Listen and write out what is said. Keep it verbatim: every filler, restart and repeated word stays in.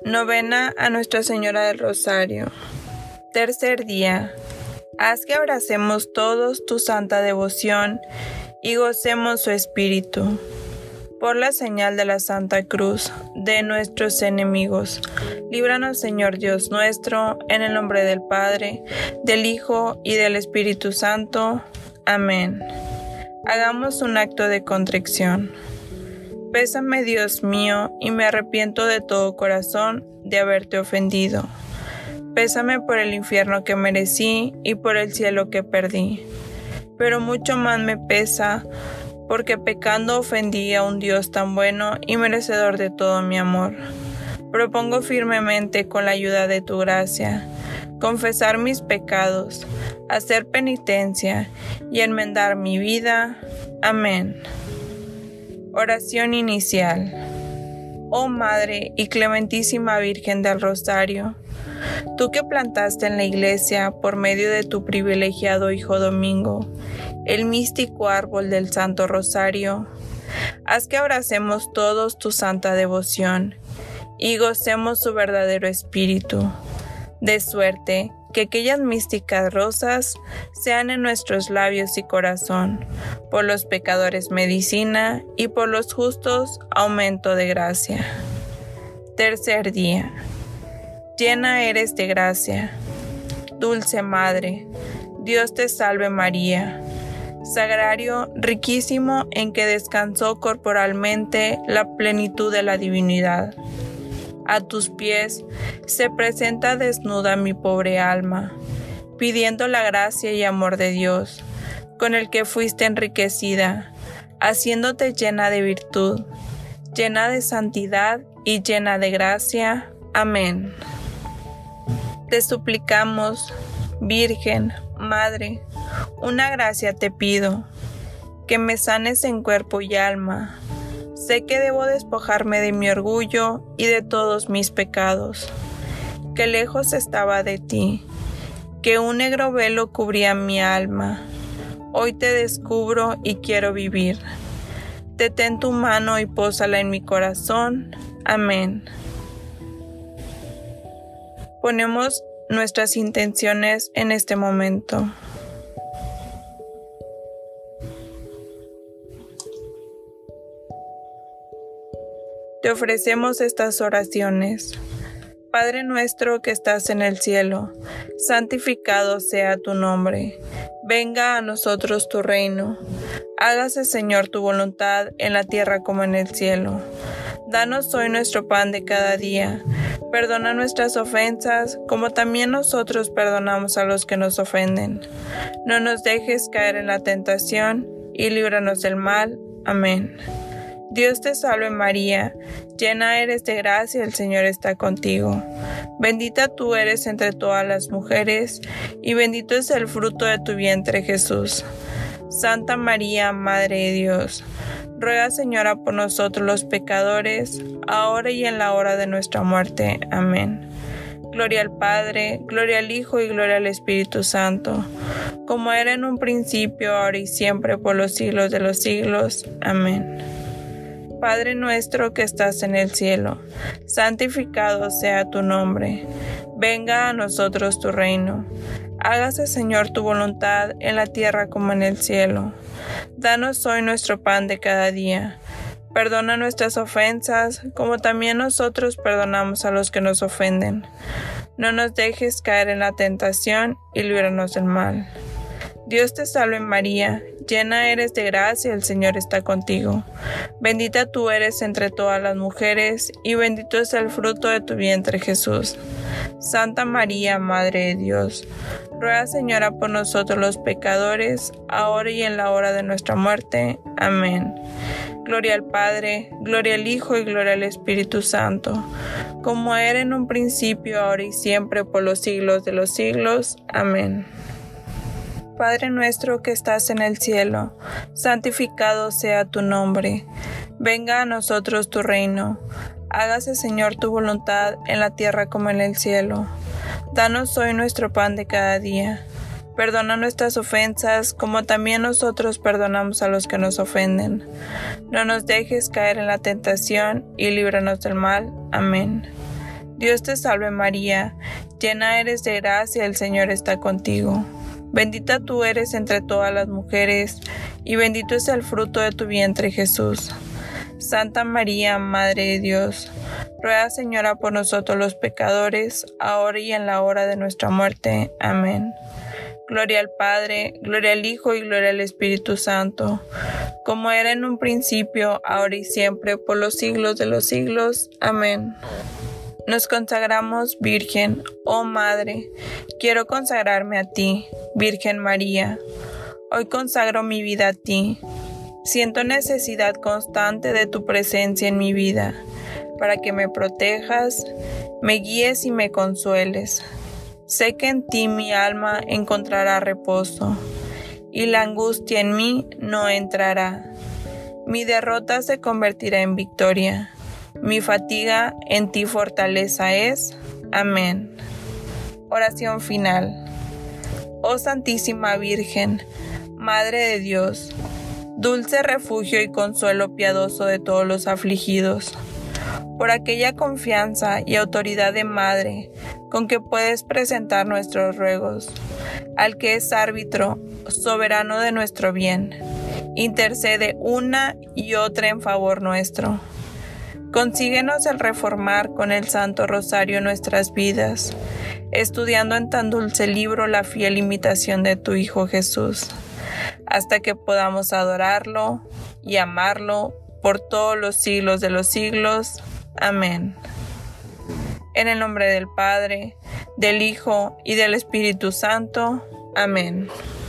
Novena a Nuestra Señora del Rosario. Tercer día. Haz que abracemos todos tu santa devoción y gocemos su espíritu. Por la señal de la Santa Cruz de nuestros enemigos, líbranos, Señor Dios nuestro, en el nombre del Padre, del Hijo y del Espíritu Santo. Amén. Hagamos un acto de contrición. Pésame, Dios mío, y me arrepiento de todo corazón de haberte ofendido. Pésame por el infierno que merecí y por el cielo que perdí. Pero mucho más me pesa, porque pecando ofendí a un Dios tan bueno y merecedor de todo mi amor. Propongo firmemente, con la ayuda de tu gracia, confesar mis pecados, hacer penitencia y enmendar mi vida. Amén. Oración inicial. Oh Madre y Clementísima Virgen del Rosario, tú que plantaste en la Iglesia, por medio de tu privilegiado Hijo Domingo, el místico árbol del Santo Rosario, haz que abracemos todos tu santa devoción y gocemos su verdadero espíritu, de suerte que aquellas místicas rosas sean en nuestros labios y corazón, por los pecadores medicina y por los justos aumento de gracia. Tercer día. Llena eres de gracia, dulce Madre, Dios te salve María, sagrario riquísimo en que descansó corporalmente la plenitud de la divinidad. A tus pies se presenta desnuda mi pobre alma, pidiendo la gracia y amor de Dios, con el que fuiste enriquecida, haciéndote llena de virtud, llena de santidad y llena de gracia. Amén. Te suplicamos, Virgen, Madre, una gracia te pido, que me sanes en cuerpo y alma. Sé que debo despojarme de mi orgullo y de todos mis pecados, que lejos estaba de ti, que un negro velo cubría mi alma. Hoy te descubro y quiero vivir. Detén tu mano y pósala en mi corazón. Amén. Ponemos nuestras intenciones en este momento. Te ofrecemos estas oraciones. Padre nuestro que estás en el cielo, santificado sea tu nombre. Venga a nosotros tu reino. Hágase, Señor, tu voluntad en la tierra como en el cielo. Danos hoy nuestro pan de cada día. Perdona nuestras ofensas, como también nosotros perdonamos a los que nos ofenden. No nos dejes caer en la tentación, y líbranos del mal. Amén. Dios te salve María, llena eres de gracia, el Señor está contigo. Bendita tú eres entre todas las mujeres, y bendito es el fruto de tu vientre, Jesús. Santa María, Madre de Dios, ruega, Señora, por nosotros los pecadores, ahora y en la hora de nuestra muerte. Amén. Gloria al Padre, gloria al Hijo y gloria al Espíritu Santo, como era en un principio, ahora y siempre, por los siglos de los siglos. Amén. Padre nuestro que estás en el cielo, santificado sea tu nombre. Venga a nosotros tu reino. Hágase, Señor, tu voluntad en la tierra como en el cielo. Danos hoy nuestro pan de cada día. Perdona nuestras ofensas, como también nosotros perdonamos a los que nos ofenden. No nos dejes caer en la tentación y líbranos del mal. Dios te salve María, llena eres de gracia, el Señor está contigo. Bendita tú eres entre todas las mujeres, y bendito es el fruto de tu vientre, Jesús. Santa María, Madre de Dios, ruega, Señora, por nosotros los pecadores, ahora y en la hora de nuestra muerte. Amén. Gloria al Padre, gloria al Hijo y gloria al Espíritu Santo, como era en un principio, ahora y siempre, por los siglos de los siglos. Amén. Padre nuestro que estás en el cielo, santificado sea tu nombre. Venga a nosotros tu reino. Hágase, Señor, tu voluntad en la tierra como en el cielo. Danos hoy nuestro pan de cada día. Perdona nuestras ofensas, como también nosotros perdonamos a los que nos ofenden. No nos dejes caer en la tentación, y líbranos del mal. Amén. Dios te salve María, llena eres de gracia, el Señor está contigo. Bendita tú eres entre todas las mujeres, y bendito es el fruto de tu vientre Jesús. Santa María, Madre de Dios, ruega Señora por nosotros los pecadores, ahora y en la hora de nuestra muerte. Amén. Gloria al Padre, gloria al Hijo y gloria al Espíritu Santo, como era en un principio, ahora y siempre, por los siglos de los siglos. Amén. Nos consagramos, Virgen, oh Madre, quiero consagrarme a ti, Virgen María. Hoy consagro mi vida a ti. Siento necesidad constante de tu presencia en mi vida, para que me protejas, me guíes y me consueles. Sé que en ti mi alma encontrará reposo, y la angustia en mí no entrará. Mi derrota se convertirá en victoria. Mi fatiga en ti fortaleza es. Amén. Oración final. Oh Santísima Virgen, Madre de Dios, dulce refugio y consuelo piadoso de todos los afligidos, por aquella confianza y autoridad de Madre con que puedes presentar nuestros ruegos, al que es árbitro, soberano de nuestro bien, intercede una y otra en favor nuestro. Consíguenos el reformar con el Santo Rosario nuestras vidas, estudiando en tan dulce libro la fiel imitación de tu Hijo Jesús, hasta que podamos adorarlo y amarlo por todos los siglos de los siglos. Amén. En el nombre del Padre, del Hijo y del Espíritu Santo. Amén.